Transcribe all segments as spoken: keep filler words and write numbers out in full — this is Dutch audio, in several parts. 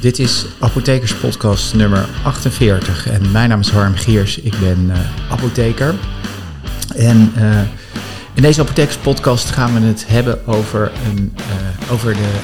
Dit is Apothekerspodcast nummer achtenveertig en mijn naam is Harm Geers. Ik ben uh, apotheker. En uh, in deze Apothekerspodcast gaan we het hebben over, een, uh, over de,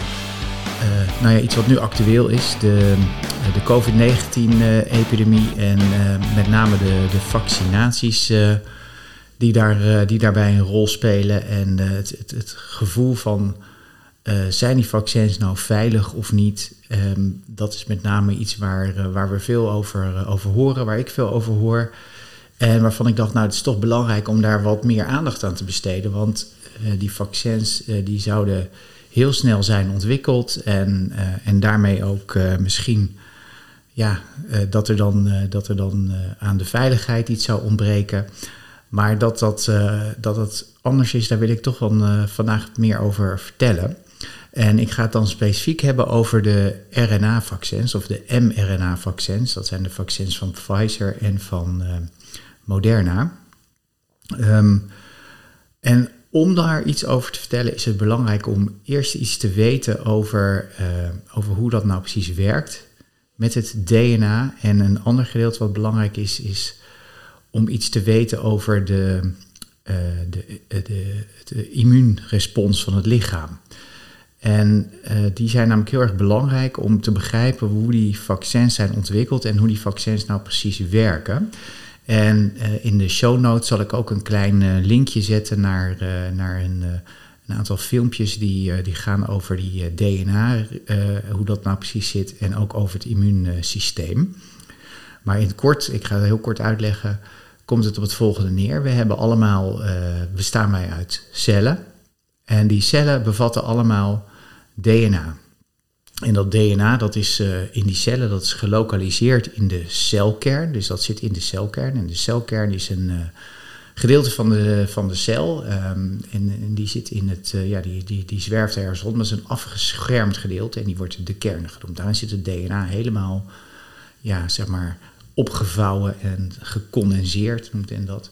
uh, nou ja, iets wat nu actueel is, de, uh, de covid negentien-epidemie uh, en uh, met name de, de vaccinaties uh, die, daar, uh, die daarbij een rol spelen en uh, het, het, het gevoel van Uh, zijn die vaccins nou veilig of niet? Um, dat is met name iets waar, uh, waar we veel over, uh, over horen, waar ik veel over hoor. En waarvan ik dacht, nou, het is toch belangrijk om daar wat meer aandacht aan te besteden. Want uh, die vaccins uh, die zouden heel snel zijn ontwikkeld. En, uh, en daarmee ook uh, misschien ja, uh, dat er dan, uh, dat er dan uh, aan de veiligheid iets zou ontbreken. Maar dat dat, uh, dat het anders is, daar wil ik toch wel uh, vandaag meer over vertellen. En ik ga het dan specifiek hebben over de R N A-vaccins of de mRNA-vaccins. Dat zijn de vaccins van Pfizer en van uh, Moderna. Um, en om daar iets over te vertellen is het belangrijk om eerst iets te weten over, uh, over hoe dat nou precies werkt met het D N A. En een ander gedeelte wat belangrijk is, is om iets te weten over de, uh, de, de, de, de immuunrespons van het lichaam. En uh, die zijn namelijk heel erg belangrijk om te begrijpen hoe die vaccins zijn ontwikkeld en hoe die vaccins nou precies werken. En uh, in de show notes zal ik ook een klein uh, linkje zetten naar, uh, naar een, uh, een aantal filmpjes die, uh, die gaan over die uh, D N A, uh, hoe dat nou precies zit en ook over het immuunsysteem. Maar in het kort, ik ga het heel kort uitleggen, komt het op het volgende neer. We hebben allemaal, uh, bestaan wij uit cellen. En die cellen bevatten allemaal D N A. En dat D N A, dat is uh, in die cellen, dat is gelokaliseerd in de celkern. Dus dat zit in de celkern. En de celkern is een uh, gedeelte van de, van de cel. Um, en, en die zit in het, uh, ja, die, die, die zwerft ergens rond. Dat is een afgeschermd gedeelte en die wordt de kern genoemd. Daarin zit het D N A helemaal, ja, zeg maar, opgevouwen en gecondenseerd, noemt men dat.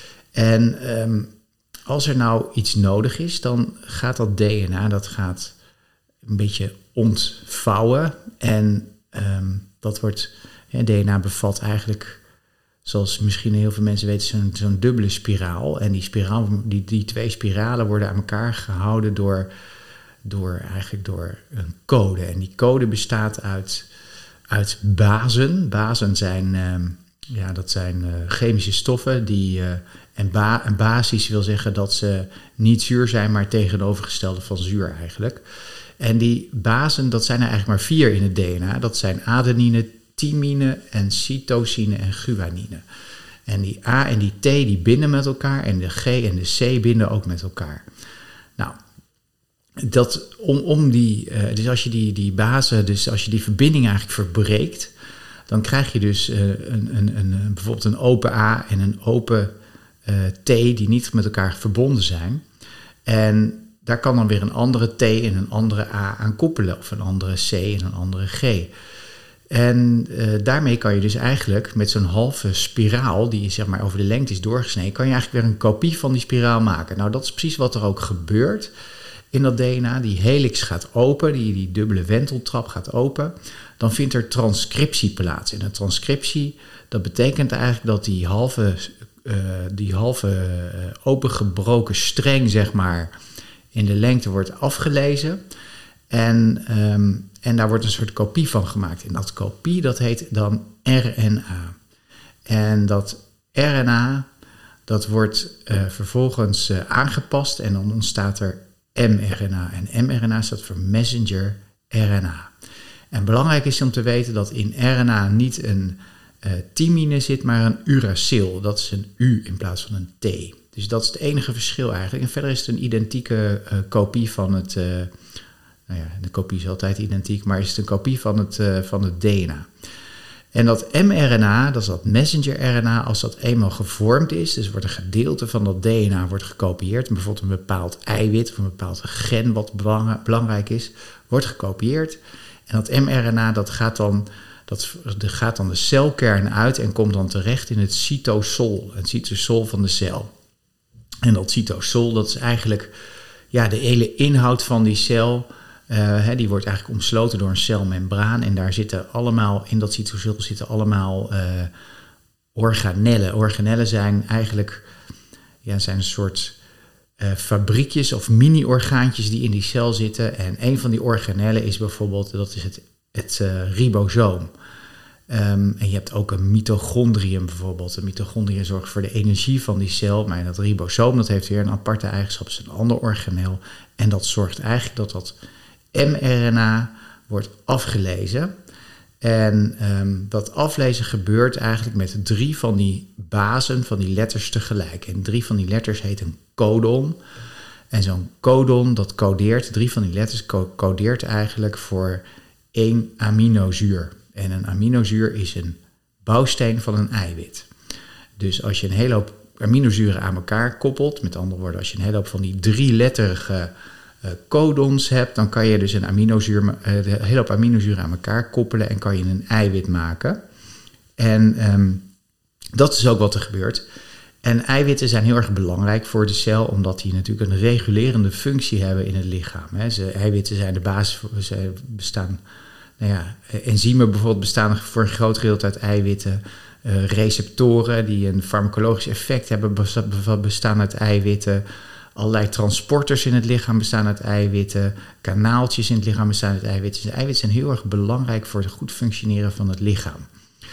En um, als er nou iets nodig is, dan gaat dat D N A, dat gaat een beetje ontvouwen. En um, dat wordt, ja, D N A bevat eigenlijk, zoals misschien heel veel mensen weten, zo'n, zo'n dubbele spiraal. En die, spiraal, die, die twee spiralen worden aan elkaar gehouden door, door, eigenlijk door een code. En die code bestaat uit, uit bazen. Bazen zijn, um, ja, dat zijn uh, chemische stoffen die... Uh, En, ba- en basis wil zeggen dat ze niet zuur zijn, maar tegenovergestelde van zuur eigenlijk. En die bazen, dat zijn er eigenlijk maar vier in het D N A. Dat zijn adenine, thymine en cytosine en guanine. En die A en die T die binden met elkaar en de G en de C binden ook met elkaar. Nou, dat, om, om die, uh, dus als je die, die bazen, dus als je die verbinding eigenlijk verbreekt, dan krijg je dus uh, een, een, een, bijvoorbeeld een open A en een open Uh, T die niet met elkaar verbonden zijn. En daar kan dan weer een andere T en een andere A aan koppelen. Of een andere C en een andere G. En uh, daarmee kan je dus eigenlijk met zo'n halve spiraal, die zeg maar over de lengte is doorgesneden, kan je eigenlijk weer een kopie van die spiraal maken. Nou, dat is precies wat er ook gebeurt in dat D N A. Die helix gaat open, die, die dubbele wenteltrap gaat open. Dan vindt er transcriptie plaats. En een transcriptie, dat betekent eigenlijk dat die halve Uh, die halve uh, opengebroken streng, zeg maar, in de lengte wordt afgelezen. En, um, en daar wordt een soort kopie van gemaakt. En dat kopie, dat heet dan R N A. En dat R N A, dat wordt uh, vervolgens uh, aangepast en dan ontstaat er mRNA. En mRNA staat voor messenger R N A. En belangrijk is om te weten dat in R N A niet een Uh, thymine zit, maar een uracil. Dat is een U in plaats van een T. Dus dat is het enige verschil eigenlijk. En verder is het een identieke uh, kopie van het... Uh, nou ja, de kopie is altijd identiek, maar is het een kopie van het, uh, van het D N A. En dat mRNA, dat is dat messenger R N A, als dat eenmaal gevormd is, dus wordt een gedeelte van dat D N A wordt gekopieerd, bijvoorbeeld een bepaald eiwit of een bepaald gen wat belangrijk is, wordt gekopieerd. En dat mRNA, dat gaat dan... Dat gaat dan de celkern uit en komt dan terecht in het cytosol, het cytosol van de cel. En dat cytosol, dat is eigenlijk ja, de hele inhoud van die cel Uh, hè, die wordt eigenlijk omsloten door een celmembraan. En daar zitten allemaal, in dat cytosol zitten allemaal uh, organellen. Organellen zijn eigenlijk ja, zijn een soort uh, fabriekjes of mini-orgaantjes die in die cel zitten. En een van die organellen is bijvoorbeeld, dat is het, het uh, ribosoom. Um, en je hebt ook een mitochondrium bijvoorbeeld. Een mitochondrium zorgt voor de energie van die cel. Maar dat ribosoom, dat heeft weer een aparte eigenschap. Het is een ander organel. En dat zorgt eigenlijk dat dat mRNA wordt afgelezen. En um, dat aflezen gebeurt eigenlijk met drie van die basen, van die letters tegelijk. En drie van die letters heet een codon. En zo'n codon, dat codeert, drie van die letters codeert eigenlijk voor één aminozuur. En een aminozuur is een bouwsteen van een eiwit. Dus als je een hele hoop aminozuren aan elkaar koppelt, met andere woorden, als je een hele hoop van die drieletterige uh, codons hebt, dan kan je dus een aminozuur, uh, een hele hoop aminozuren aan elkaar koppelen en kan je een eiwit maken. En um, dat is ook wat er gebeurt. En eiwitten zijn heel erg belangrijk voor de cel, omdat die natuurlijk een regulerende functie hebben in het lichaam. Hè. Ze, eiwitten zijn de basis, voor, ze bestaan... Nou ja, enzymen bijvoorbeeld bestaan voor een groot gedeelte uit eiwitten. Uh, receptoren die een farmacologisch effect hebben bestaan uit eiwitten. Allerlei transporters in het lichaam bestaan uit eiwitten. Kanaaltjes in het lichaam bestaan uit eiwitten. Dus eiwitten zijn heel erg belangrijk voor het goed functioneren van het lichaam.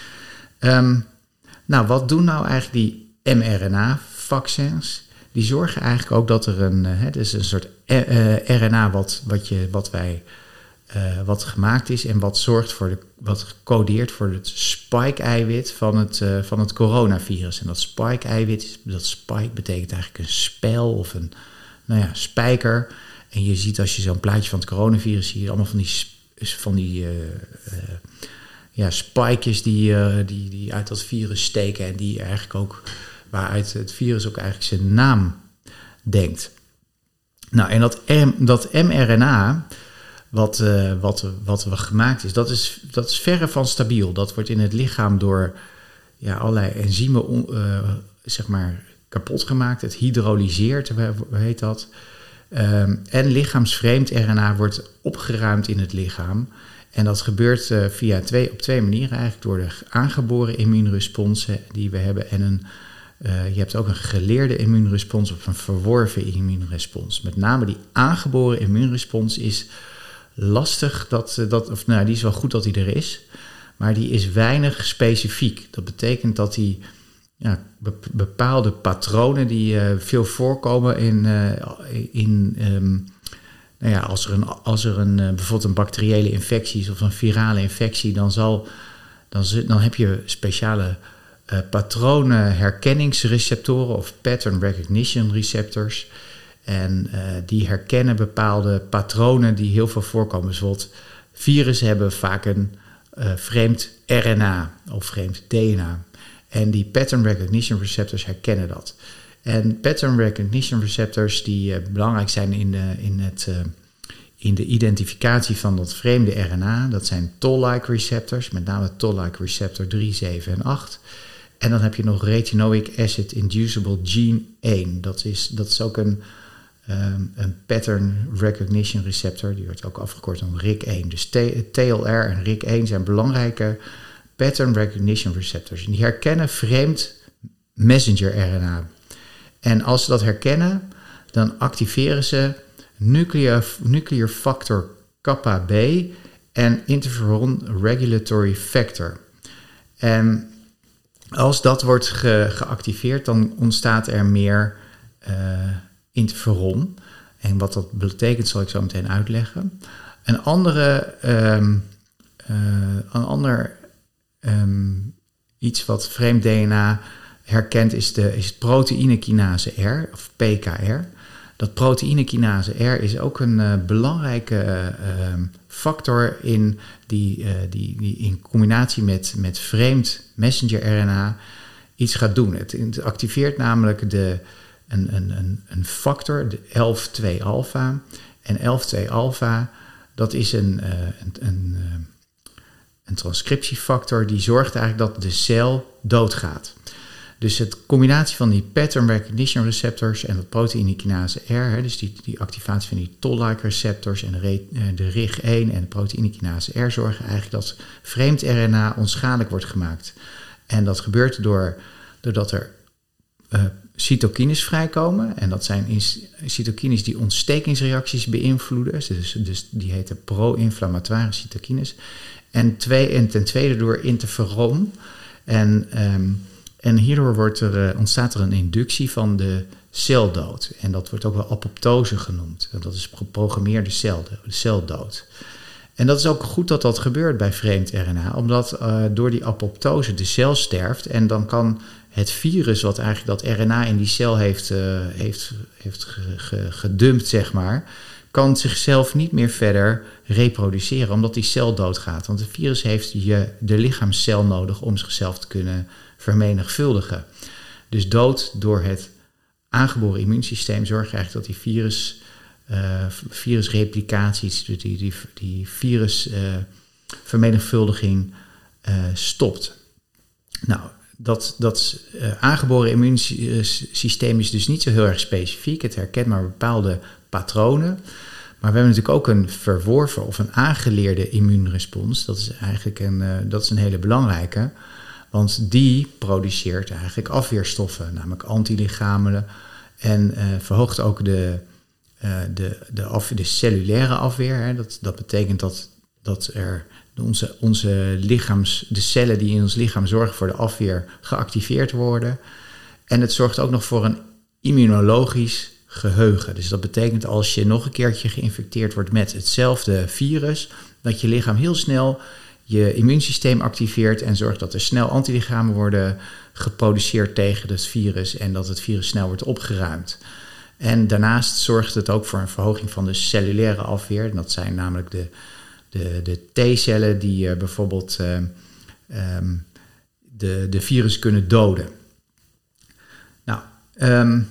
Um, nou, wat doen nou eigenlijk die mRNA-vaccins? Die zorgen eigenlijk ook dat er een... Het is een soort uh, R N A wat, wat, je, wat wij... Uh, wat gemaakt is en wat zorgt voor de, wat codeert voor het spike-eiwit van het, uh, van het coronavirus. En dat spike-eiwit, dat spike betekent eigenlijk een spijl of een nou ja, spijker. En je ziet als je zo'n plaatje van het coronavirus ziet, allemaal van die, van die uh, uh, ja, spikejes die, uh, die, die uit dat virus steken en die eigenlijk ook, waaruit het virus ook eigenlijk zijn naam denkt. Nou, en dat, M, dat mRNA... Wat, uh, wat, wat we gemaakt is, dat is, dat is verre van stabiel. Dat wordt in het lichaam door ja, allerlei enzymen on, uh, zeg maar kapot gemaakt. Het hydrolyseert, hoe heet dat. Um, en lichaamsvreemd R N A wordt opgeruimd in het lichaam. En dat gebeurt uh, via twee, op twee manieren eigenlijk. Door de aangeboren immuunresponsen die we hebben. En een, uh, je hebt ook een geleerde immuunrespons of een verworven immuunrespons. Met name die aangeboren immuunrespons is... lastig, dat, dat, of nou, die is wel goed dat die er is, maar die is weinig specifiek. Dat betekent dat die ja, be- bepaalde patronen die uh, veel voorkomen in, uh, in um, nou ja, als er, een, als er een, uh, bijvoorbeeld een bacteriële infectie is of een virale infectie, dan, zal, dan, dan heb je speciale uh, patronenherkenningsreceptoren of pattern recognition receptors. En uh, die herkennen bepaalde patronen die heel veel voorkomen. Bijvoorbeeld virussen hebben vaak een uh, vreemd R N A of vreemd D N A. En die pattern recognition receptors herkennen dat. En pattern recognition receptors die uh, belangrijk zijn in de, in, het, uh, in de identificatie van dat vreemde R N A. Dat zijn toll-like receptors, met name toll-like receptor drie, zeven en acht. En dan heb je nog retinoic acid inducible gene één. Dat is, dat is ook een... Um, een pattern recognition receptor, die wordt ook afgekort dan R I C één. Dus T L R en R I C één zijn belangrijke pattern recognition receptors. En die herkennen vreemd messenger R N A. En als ze dat herkennen, dan activeren ze nuclear, nuclear factor kappa B en interferon regulatory factor. En als dat wordt ge- geactiveerd, dan ontstaat er meer... Uh, interferon. En wat dat betekent zal ik zo meteen uitleggen. Een andere, um, uh, een ander um, iets wat vreemd D N A herkent is, de, is proteïnekinase R, of P K R. Dat proteïnekinase R is ook een uh, belangrijke uh, um, factor in die, uh, die, die in combinatie met, met vreemd messenger R N A iets gaat doen. Het, het activeert namelijk de Een, een, een factor, de elf twee alpha. En elf twee alpha, dat is een, uh, een, een, uh, een transcriptiefactor die zorgt eigenlijk dat de cel doodgaat. Dus de combinatie van die pattern recognition receptors en dat proteïnekinase R, hè, dus die, die activatie van die toll-like receptors en de, re, de R I G één en de proteïnekinase R zorgen eigenlijk dat vreemd R N A onschadelijk wordt gemaakt. En dat gebeurt door, doordat er uh, cytokines vrijkomen. En dat zijn is, cytokines die ontstekingsreacties beïnvloeden. Dus, dus die heten pro-inflammatoire cytokines. En, twee, en ten tweede door interferon. En, um, en hierdoor wordt er, uh, ontstaat er een inductie van de celdood. En dat wordt ook wel apoptose genoemd. En dat is geprogrammeerde cel, de celdood. En dat is ook goed dat dat gebeurt bij vreemd R N A, omdat uh, door die apoptose de cel sterft en dan kan het virus wat eigenlijk dat R N A in die cel heeft, uh, heeft, heeft ge, ge, gedumpt, zeg maar, kan zichzelf niet meer verder reproduceren, omdat die cel doodgaat. Want het virus heeft je, de lichaamscel nodig om zichzelf te kunnen vermenigvuldigen. Dus dood door het aangeboren immuunsysteem zorgt eigenlijk dat die virus... Uh, virusreplicaties, die, die, die virusvermenigvuldiging uh, uh, stopt. Nou, dat, dat uh, aangeboren immuunsysteem is dus niet zo heel erg specifiek. Het herkent maar bepaalde patronen. Maar we hebben natuurlijk ook een verworven of een aangeleerde immuunrespons. Dat is eigenlijk een, uh, dat is een hele belangrijke. Want die produceert eigenlijk afweerstoffen, namelijk antilichamen. En uh, verhoogt ook de... Uh, de, de, af, de cellulaire afweer. Hè, dat, dat betekent dat, dat er onze, onze lichaams, de cellen die in ons lichaam zorgen voor de afweer geactiveerd worden. En het zorgt ook nog voor een immunologisch geheugen. Dus dat betekent als je nog een keertje geïnfecteerd wordt met hetzelfde virus, dat je lichaam heel snel je immuunsysteem activeert en zorgt dat er snel antilichamen worden geproduceerd tegen het virus en dat het virus snel wordt opgeruimd. En daarnaast zorgt het ook voor een verhoging van de cellulaire afweer. En dat zijn namelijk de, de, de T-cellen die uh, bijvoorbeeld uh, um, de, de virus kunnen doden. Nou, um,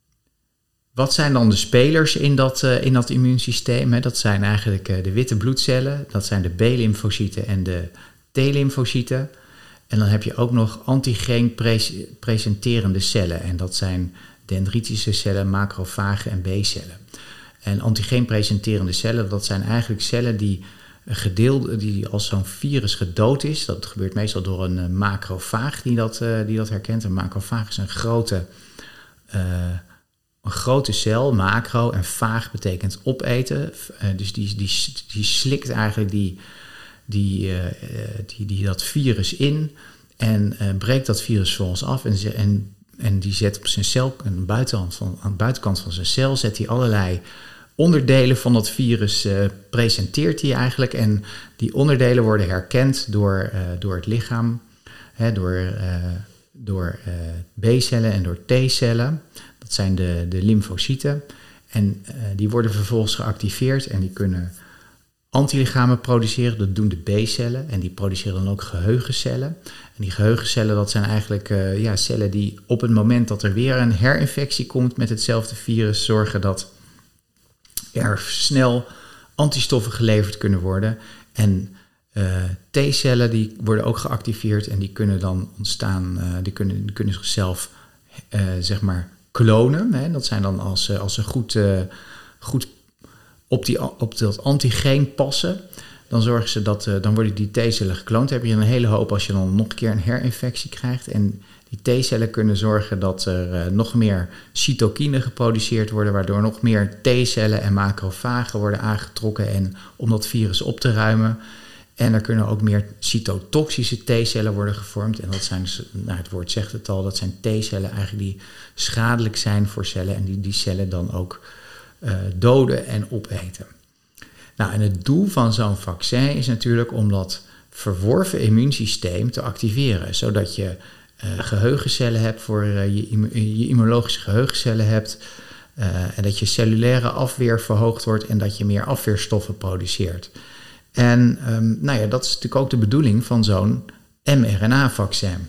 wat zijn dan de spelers in dat, uh, in dat immuunsysteem? Hè? Dat zijn eigenlijk uh, de witte bloedcellen, dat zijn de B-lymfocyten en de T-lymfocyten. En dan heb je ook nog antigeen pres- presenterende cellen en dat zijn dendritische cellen, macrofagen en B-cellen. En antigeen-presenterende cellen, dat zijn eigenlijk cellen die, gedeeld, die als zo'n virus gedood is. Dat gebeurt meestal door een macrofaag die dat, uh, die dat herkent. Een macrofaag is een grote, uh, een grote cel, macro, en vaag betekent opeten. Uh, dus die, die, die slikt eigenlijk die, die, uh, die, die, dat virus in en uh, breekt dat virus voor ons af en, en En die zet op zijn cel, aan de buitenkant van, aan de buitenkant van zijn cel, zet hij allerlei onderdelen van dat virus, uh, presenteert hij eigenlijk. En die onderdelen worden herkend door, uh, door het lichaam, hè, door, uh, door uh, B-cellen en door T-cellen. Dat zijn de, de lymfocyten. En uh, die worden vervolgens geactiveerd en die kunnen antilichamen produceren. Dat doen de B-cellen en die produceren dan ook geheugencellen. En die geheugencellen, dat zijn eigenlijk uh, ja, cellen die op het moment dat er weer een herinfectie komt met hetzelfde virus, zorgen dat er snel antistoffen geleverd kunnen worden. En uh, T-cellen die worden ook geactiveerd en die kunnen dan ontstaan, uh, die, kunnen, die kunnen zichzelf uh, zeg maar klonen. Hè. Dat zijn dan als, uh, als ze goed, uh, goed op, die, op dat antigeen passen, dan zorgen ze dat, uh, dan worden die T-cellen gekloond. Dan heb je een hele hoop als je dan nog een keer een herinfectie krijgt. En die T-cellen kunnen zorgen dat er uh, nog meer cytokine geproduceerd worden, waardoor nog meer T-cellen en macrofagen worden aangetrokken en om dat virus op te ruimen. En er kunnen ook meer cytotoxische T-cellen worden gevormd. En dat zijn, nou, het woord zegt het al, dat zijn T-cellen eigenlijk die schadelijk zijn voor cellen en die die cellen dan ook uh, doden en opeten. Nou, en het doel van zo'n vaccin is natuurlijk om dat verworven immuunsysteem te activeren, zodat je uh, geheugencellen hebt voor uh, je, je immunologische geheugencellen hebt uh, en dat je cellulaire afweer verhoogd wordt en dat je meer afweerstoffen produceert. En um, nou ja, dat is natuurlijk ook de bedoeling van zo'n mRNA-vaccin.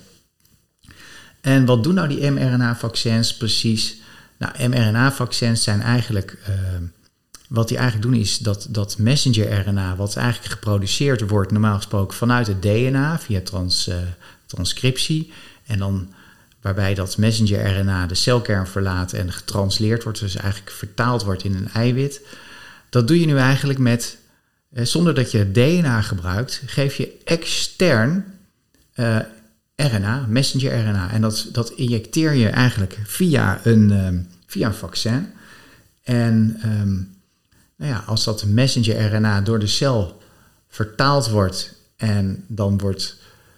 En wat doen nou die mRNA-vaccins precies? Nou, mRNA-vaccins zijn eigenlijk, uh, wat die eigenlijk doen is dat, dat messenger-R N A, wat eigenlijk geproduceerd wordt normaal gesproken vanuit het D N A via trans, uh, transcriptie. En dan waarbij dat messenger R N A de celkern verlaat en getransleerd wordt, dus eigenlijk vertaald wordt in een eiwit. Dat doe je nu eigenlijk met, eh, zonder dat je D N A gebruikt, geef je extern uh, R N A, messenger R N A. En dat, dat injecteer je eigenlijk via een, um, via een vaccin. En um, nou ja, als dat messenger R N A door de cel vertaald wordt en dan wordt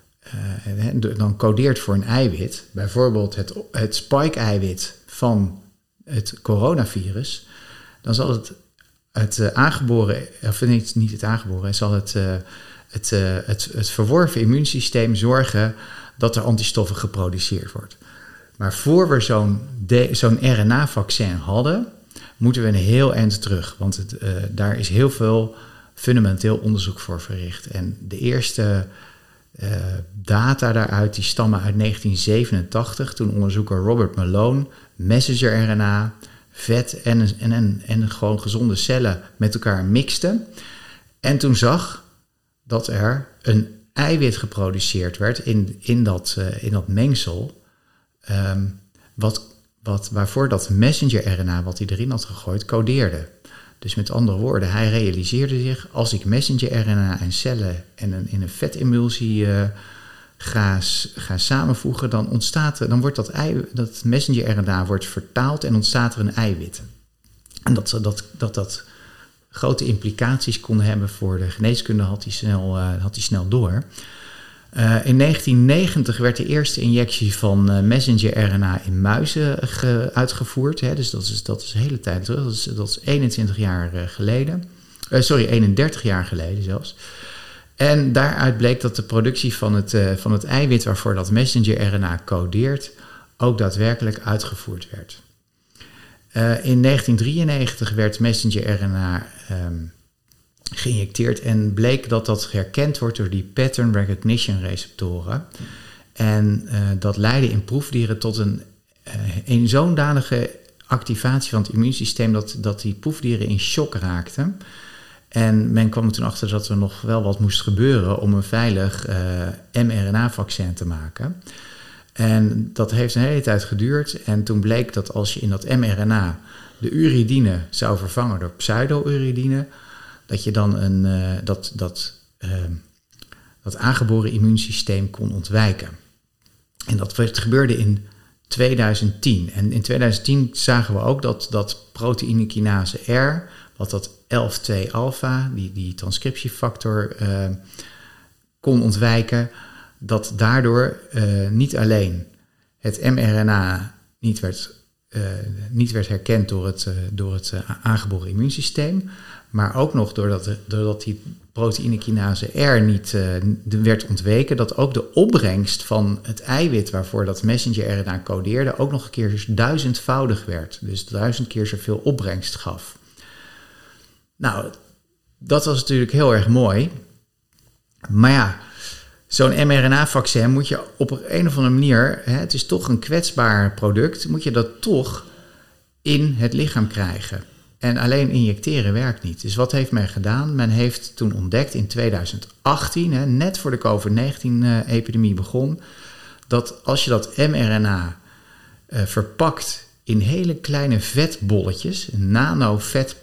uh, dan codeert voor een eiwit, bijvoorbeeld het, het spike-eiwit van het coronavirus, dan zal het, het uh, aangeboren, of niet, niet het aangeboren, zal het, uh, het, uh, het, het verworven immuunsysteem zorgen dat er antistoffen geproduceerd wordt. Maar voor we zo'n, de, zo'n R N A-vaccin hadden, moeten we een heel eind terug. Want het, uh, daar is heel veel fundamenteel onderzoek voor verricht. En de eerste uh, data daaruit die stammen uit negentien zevenentachtig... toen onderzoeker Robert Malone messenger R N A, vet en, en, en, en gewoon gezonde cellen met elkaar mixte. En toen zag dat er een eiwit geproduceerd werd in, in, dat, uh, in dat mengsel, um, wat, wat, waarvoor dat messenger R N A wat hij erin had gegooid codeerde. Dus met andere woorden, hij realiseerde zich, als ik messenger R N A en cellen en een, in een vetemulsie uh, ga, ga samenvoegen, dan ontstaat er, dan wordt dat, ei, dat messenger R N A wordt vertaald en ontstaat er een eiwit. En dat dat, dat, dat grote implicaties kon hebben voor de geneeskunde, had hij snel, uh, had hij snel door. Uh, in negentien negentig werd de eerste injectie van uh, messenger R N A in muizen ge, uitgevoerd. Hè, dus dat is, dat is de hele tijd terug. Dat is, dat is eenentwintig jaar uh, geleden. Uh, sorry, eenendertig jaar geleden zelfs. En daaruit bleek dat de productie van het, uh, van het eiwit waarvoor dat messenger R N A codeert ook daadwerkelijk uitgevoerd werd. Uh, in negentien drieënnegentig werd messenger R N A um, geïnjecteerd en bleek dat dat herkend wordt door die pattern recognition receptoren. En uh, dat leidde in proefdieren tot een, uh, een zo'n danige activatie van het immuunsysteem dat, dat die proefdieren in shock raakten. En men kwam er toen achter dat er nog wel wat moest gebeuren om een veilig uh, mRNA-vaccin te maken. En dat heeft een hele tijd geduurd. En toen bleek dat als je in dat mRNA de uridine zou vervangen door pseudo-uridine, dat je dan een, uh, dat, dat, uh, dat aangeboren immuunsysteem kon ontwijken. En dat gebeurde in tweeduizend tien. En in tweeduizend tien zagen we ook dat, dat proteïne kinase R, wat dat elf twee alpha, die, die transcriptiefactor, uh, kon ontwijken, dat daardoor uh, niet alleen het mRNA niet werd, uh, niet werd herkend door het, uh, door het uh, aangeboren immuunsysteem, maar ook nog doordat, doordat die proteïne kinase R niet uh, werd ontweken, dat ook de opbrengst van het eiwit waarvoor dat messenger R N A codeerde ook nog een keer duizendvoudig werd. Dus duizend keer zoveel opbrengst gaf. Nou, dat was natuurlijk heel erg mooi. Maar ja, zo'n mRNA-vaccin moet je op een of andere manier, hè, het is toch een kwetsbaar product, moet je dat toch in het lichaam krijgen. En alleen injecteren werkt niet. Dus wat heeft men gedaan? Men heeft toen ontdekt in tweeduizend achttien, hè, net voor de covid negentien-epidemie begon, dat als je dat mRNA uh, verpakt in hele kleine vetbolletjes, nano-vet,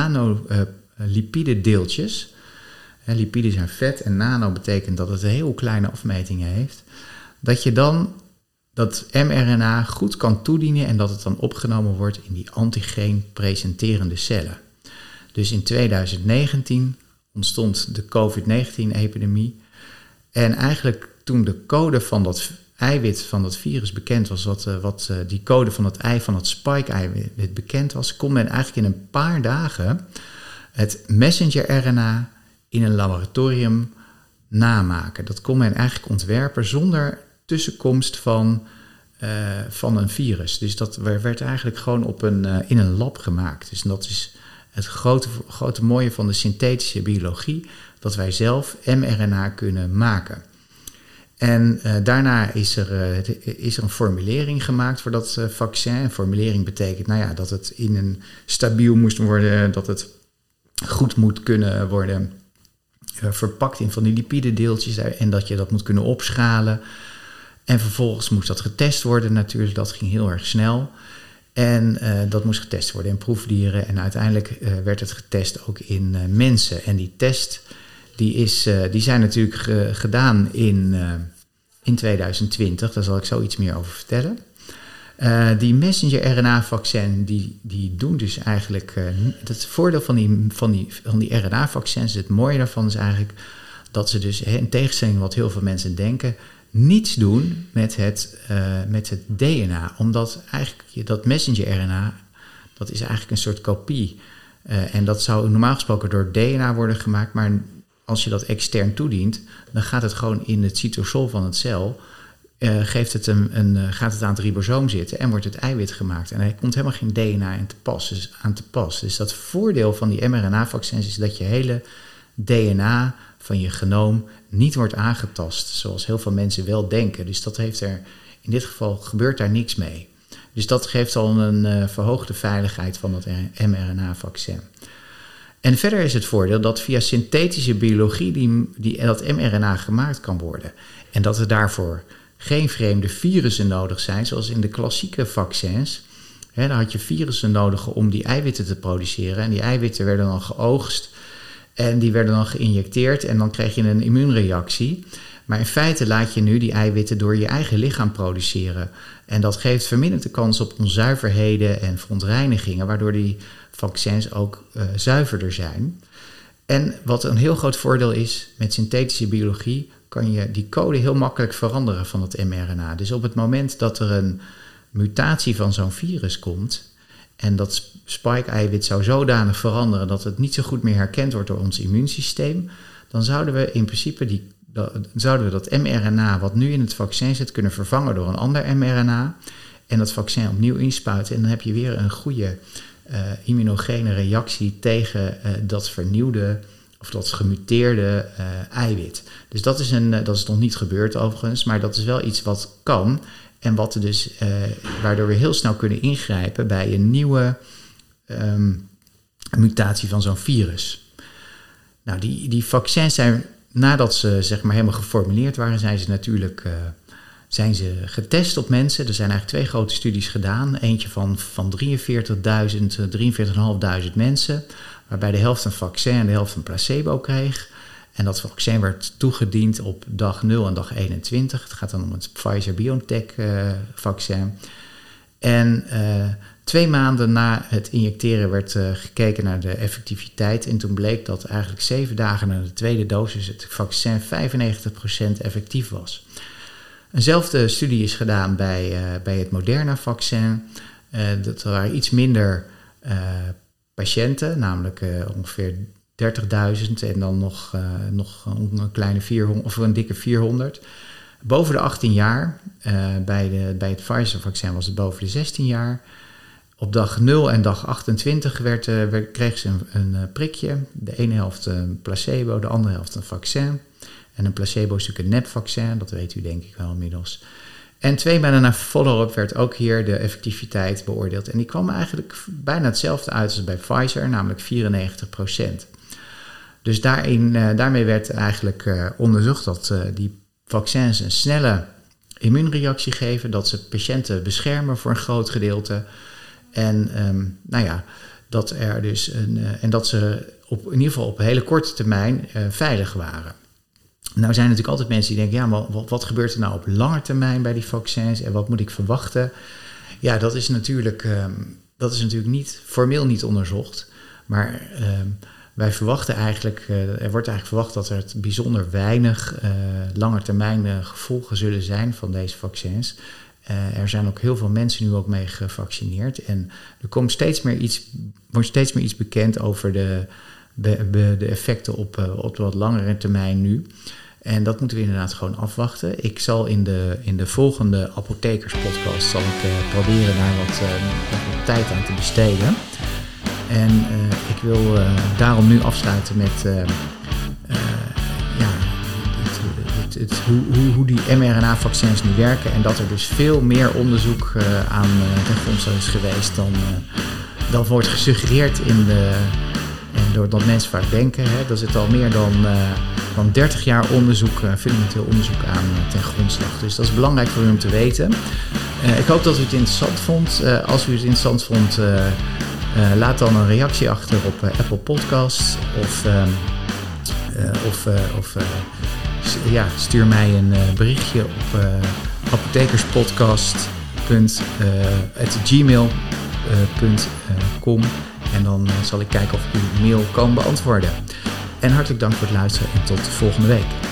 nano-lipide deeltjes. Hè, lipiden zijn vet en nano betekent dat het heel kleine afmetingen heeft. Dat je dan dat mRNA goed kan toedienen en dat het dan opgenomen wordt in die antigeen presenterende cellen. Dus in tweeduizend negentien ontstond de covid negentien-epidemie. En eigenlijk toen de code van dat eiwit van dat virus bekend was, wat, wat uh, die code van het ei van het spike-eiwit bekend was, kon men eigenlijk in een paar dagen het messenger R N A in een laboratorium namaken. Dat kon men eigenlijk ontwerpen zonder tussenkomst van, uh, van een virus. Dus dat werd eigenlijk gewoon op een, uh, in een lab gemaakt. Dus dat is het grote, grote mooie van de synthetische biologie, dat wij zelf mRNA kunnen maken. En uh, daarna is er, uh, is er een formulering gemaakt voor dat uh, vaccin. Een formulering betekent nou ja, dat het in een stabiel moest worden, dat het goed moet kunnen worden uh, verpakt in van die lipidedeeltjes en dat je dat moet kunnen opschalen. En vervolgens moest dat getest worden natuurlijk. Dat ging heel erg snel. En uh, dat moest getest worden in proefdieren. En uiteindelijk uh, werd het getest ook in uh, mensen. En die test die is, uh, die zijn natuurlijk ge- gedaan in, uh, in tweeduizend twintig. Daar zal ik zo iets meer over vertellen. Uh, die messenger-R N A-vaccin, die, die doen dus eigenlijk... Uh, het voordeel van die, van, die, van die R N A-vaccins, het mooie daarvan is eigenlijk... dat ze dus, in tegenstelling tot wat heel veel mensen denken... niets doen met het, uh, met het D N A. Omdat eigenlijk dat messenger-R N A... dat is eigenlijk een soort kopie. Uh, en dat zou normaal gesproken door D N A worden gemaakt... maar als je dat extern toedient... dan gaat het gewoon in het cytosol van het cel... Uh, geeft het een, een, uh, gaat het aan het ribosoom zitten en wordt het eiwit gemaakt. En er komt helemaal geen D N A in te pas, dus aan te pas. Dus dat voordeel van die mRNA-vaccins is dat je hele D N A van je genoom niet wordt aangetast, zoals heel veel mensen wel denken. Dus dat heeft er, in dit geval gebeurt daar niks mee. Dus dat geeft al een uh, verhoogde veiligheid van dat mRNA-vaccin. En verder is het voordeel dat via synthetische biologie die, die, dat mRNA gemaakt kan worden. En dat er daarvoor geen vreemde virussen nodig zijn, zoals in de klassieke vaccins. He, daar had je virussen nodig om die eiwitten te produceren. En die eiwitten werden dan geoogst en die werden dan geïnjecteerd en dan kreeg je een immuunreactie. Maar in feite laat je nu die eiwitten door je eigen lichaam produceren. En dat geeft verminderd de kans op onzuiverheden en verontreinigingen, waardoor die vaccins ook uh, zuiverder zijn. En wat een heel groot voordeel is met synthetische biologie, kan je die code heel makkelijk veranderen van het mRNA. Dus op het moment dat er een mutatie van zo'n virus komt en dat spike-eiwit zou zodanig veranderen dat het niet zo goed meer herkend wordt door ons immuunsysteem, dan zouden we in principe die, dan zouden we dat mRNA wat nu in het vaccin zit kunnen vervangen door een ander mRNA en dat vaccin opnieuw inspuiten. En dan heb je weer een goede uh, immunogene reactie tegen uh, dat vernieuwde of dat gemuteerde uh, eiwit. Dus dat is, een, uh, dat is nog niet gebeurd overigens, maar dat is wel iets wat kan. En wat er dus, uh, waardoor we heel snel kunnen ingrijpen bij een nieuwe um, mutatie van zo'n virus. Nou, die, die vaccins zijn, nadat ze zeg maar helemaal geformuleerd waren, zijn ze natuurlijk uh, zijn ze getest op mensen. Er zijn eigenlijk twee grote studies gedaan. Eentje van, van drieënveertigduizend, drieënveertigduizend mensen, waarbij de helft een vaccin en de helft een placebo kreeg. En dat vaccin werd toegediend op dag nul en dag eenentwintig. Het gaat dan om het Pfizer-BioNTech-vaccin. Uh, en uh, twee maanden na het injecteren werd uh, gekeken naar de effectiviteit. En toen bleek dat eigenlijk zeven dagen na de tweede dosis het vaccin vijfennegentig procent effectief was. Eenzelfde studie is gedaan bij, uh, bij het Moderna-vaccin. Uh, dat waren iets minder uh, patiënten, namelijk uh, ongeveer dertigduizend en dan nog, uh, nog een kleine vierhonderd of een dikke vierhonderd. Boven de achttien jaar, uh, bij, de, bij het Pfizer-vaccin was het boven de zestien jaar. Op dag nul en dag achtentwintig werd, uh, werd, kreeg ze een, een prikje. De ene helft een placebo, de andere helft een vaccin. En een placebo is natuurlijk een nepvaccin, dat weet u denk ik wel inmiddels. En twee maanden na follow-up werd ook hier de effectiviteit beoordeeld. En die kwam eigenlijk bijna hetzelfde uit als bij Pfizer, namelijk vierennegentig procent. Dus daarin, uh, daarmee werd eigenlijk uh, onderzocht dat uh, die vaccins een snelle immuunreactie geven, dat ze patiënten beschermen voor een groot gedeelte. En um, nou ja, dat er dus een, uh, en dat ze op, in ieder geval op een hele korte termijn uh, veilig waren. Nou zijn er natuurlijk altijd mensen die denken, ja, maar wat, wat gebeurt er nou op lange termijn bij die vaccins en wat moet ik verwachten? Ja, dat is natuurlijk, um, dat is natuurlijk niet, formeel niet onderzocht, maar um, wij verwachten eigenlijk, uh, er wordt eigenlijk verwacht dat er het bijzonder weinig uh, langetermijn uh, gevolgen zullen zijn van deze vaccins. Uh, er zijn ook heel veel mensen nu ook mee gevaccineerd. En er komt steeds meer iets, wordt steeds meer iets bekend over de, de, de effecten op, uh, op de wat langere termijn nu. En dat moeten we inderdaad gewoon afwachten. Ik zal in de, in de volgende Apothekerspodcast zal ik uh, proberen daar wat, uh, wat tijd aan te besteden. En uh, ik wil uh, daarom nu afsluiten met uh, uh, ja, het, het, het, hoe, hoe, hoe die mRNA-vaccins nu werken. En dat er dus veel meer onderzoek uh, aan uh, ten grondslag is geweest dan, uh, dan wordt gesuggereerd in de, uh, door dat mensen vaak denken. Hè. Daar zit al meer dan, uh, dan dertig jaar onderzoek, uh, fundamenteel onderzoek aan uh, ten grondslag. Dus dat is belangrijk voor u om te weten. Uh, ik hoop dat u het interessant vond. Uh, als u het interessant vond, uh, uh, laat dan een reactie achter op uh, Apple Podcasts. Of, uh, uh, of, uh, of uh, s- ja, stuur mij een uh, berichtje op uh, apothekerspodcast at gmail punt com en dan uh, zal ik kijken of ik uw mail kan beantwoorden. En hartelijk dank voor het luisteren en tot volgende week.